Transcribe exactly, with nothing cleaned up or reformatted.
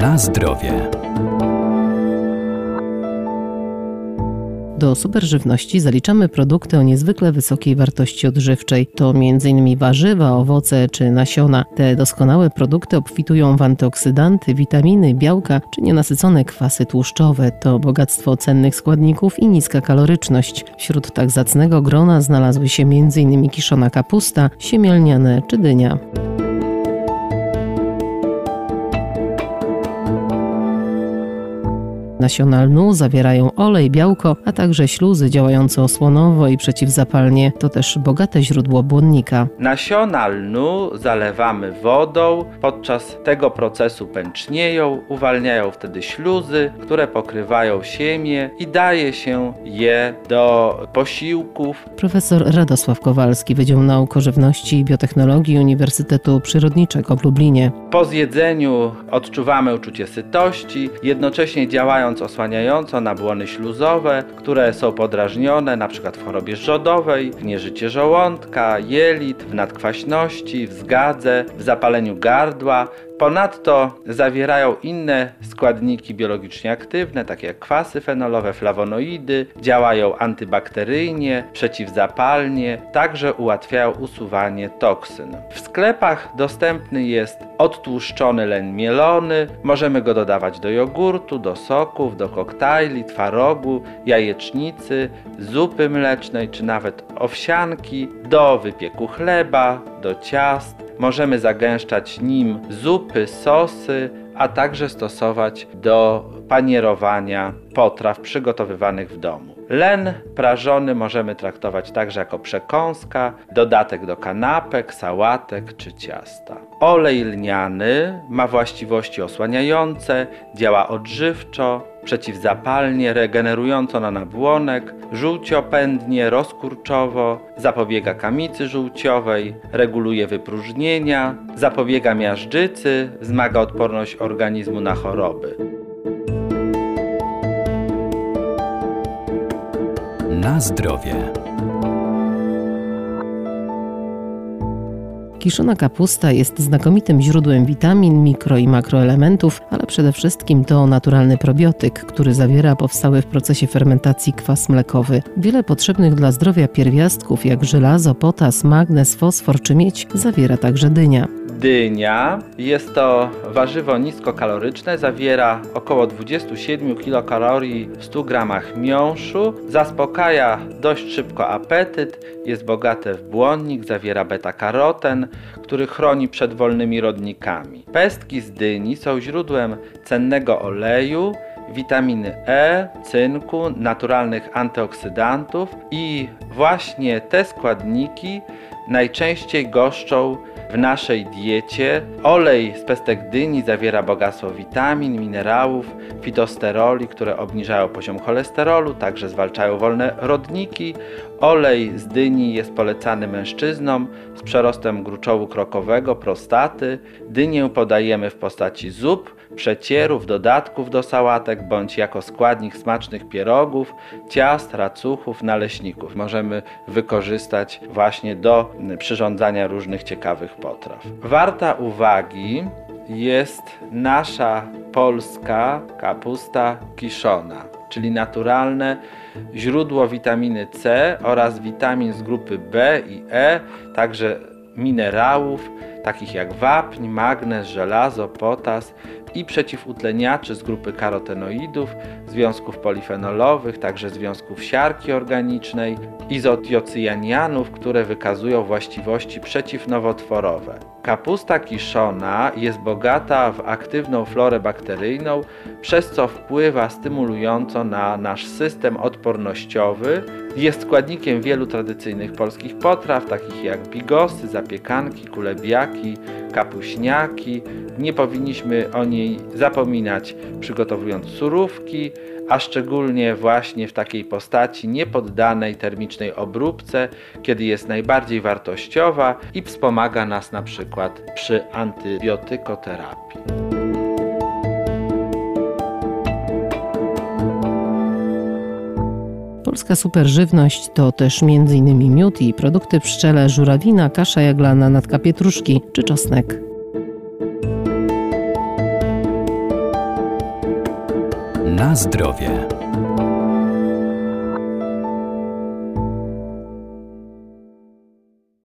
Na zdrowie. Do superżywności zaliczamy produkty o niezwykle wysokiej wartości odżywczej. To między innymi warzywa, owoce czy nasiona. Te doskonałe produkty obfitują w antyoksydanty, witaminy, białka czy nienasycone kwasy tłuszczowe. To bogactwo cennych składników i niska kaloryczność. Wśród tak zacnego grona znalazły się między innymi kiszona kapusta, siemię lniane czy dynia. Nasiona lnu zawierają olej, białko, a także śluzy działające osłonowo i przeciwzapalnie. To też bogate źródło błonnika. Nasiona lnu zalewamy wodą. Podczas tego procesu pęcznieją, uwalniają wtedy śluzy, które pokrywają siemię i daje się je do posiłków. Profesor Radosław Kowalski, Wydział Nauk o Żywności i Biotechnologii Uniwersytetu Przyrodniczego w Lublinie. Po zjedzeniu odczuwamy uczucie sytości, jednocześnie działając osłaniająco na błony śluzowe, które są podrażnione np. w chorobie żołodowej, w nieżycie żołądka, jelit, w nadkwaśności, w zgadze, w zapaleniu gardła. Ponadto zawierają inne składniki biologicznie aktywne, takie jak kwasy fenolowe, flawonoidy, działają antybakteryjnie, przeciwzapalnie, także ułatwiają usuwanie toksyn. W sklepach dostępny jest odtłuszczony len mielony, możemy go dodawać do jogurtu, do soków, do koktajli, twarogu, jajecznicy, zupy mlecznej czy nawet owsianki, do wypieku chleba, do ciast. Możemy zagęszczać nim zupy, sosy, a także stosować do panierowania potraw przygotowywanych w domu. Len prażony możemy traktować także jako przekąska, dodatek do kanapek, sałatek czy ciasta. Olej lniany ma właściwości osłaniające, działa odżywczo, przeciwzapalnie, regenerująco na nabłonek, żółciopędnie, rozkurczowo, zapobiega kamicy żółciowej, reguluje wypróżnienia, zapobiega miażdżycy, wzmaga odporność organizmu na choroby. Na zdrowie. Kiszona kapusta jest znakomitym źródłem witamin, mikro i makroelementów, ale przede wszystkim to naturalny probiotyk, który zawiera powstały w procesie fermentacji kwas mlekowy. Wiele potrzebnych dla zdrowia pierwiastków jak żelazo, potas, magnez, fosfor czy miedź zawiera także dynia. Dynia jest to warzywo niskokaloryczne, zawiera około dwadzieścia siedem kilokalorii w stu gramach miąższu, zaspokaja dość szybko apetyt, jest bogate w błonnik, zawiera beta-karoten, który chroni przed wolnymi rodnikami. Pestki z dyni są źródłem cennego oleju, witaminy E, cynku, naturalnych antyoksydantów i właśnie te składniki najczęściej goszczą w naszej diecie. Olej z pestek dyni zawiera bogactwo witamin, minerałów, fitosteroli, które obniżają poziom cholesterolu, także zwalczają wolne rodniki. Olej z dyni jest polecany mężczyznom z przerostem gruczołu krokowego, prostaty. Dynię podajemy w postaci zup, przecierów, dodatków do sałatek bądź jako składnik smacznych pierogów, ciast, racuchów, naleśników. Możemy wykorzystać właśnie do przyrządzania różnych ciekawych potraw. Warta uwagi jest nasza polska kapusta kiszona, czyli naturalne źródło witaminy C oraz witamin z grupy B i E, także minerałów takich jak wapń, magnez, żelazo, potas i przeciwutleniaczy z grupy karotenoidów, związków polifenolowych, także związków siarki organicznej, izotiocjanianów, które wykazują właściwości przeciwnowotworowe. Kapusta kiszona jest bogata w aktywną florę bakteryjną, przez co wpływa stymulująco na nasz system odpornościowy. Jest składnikiem wielu tradycyjnych polskich potraw, takich jak bigosy, zapiekanki, kulebiaki, kapuśniaki. Nie powinniśmy o niej zapominać, przygotowując surówki, a szczególnie właśnie w takiej postaci niepoddanej termicznej obróbce, kiedy jest najbardziej wartościowa i wspomaga nas na przykład przy antybiotykoterapii. Polska superżywność to też między innymi miód i produkty pszczele, żurawina, kasza jaglana, natka pietruszki czy czosnek. Na zdrowie.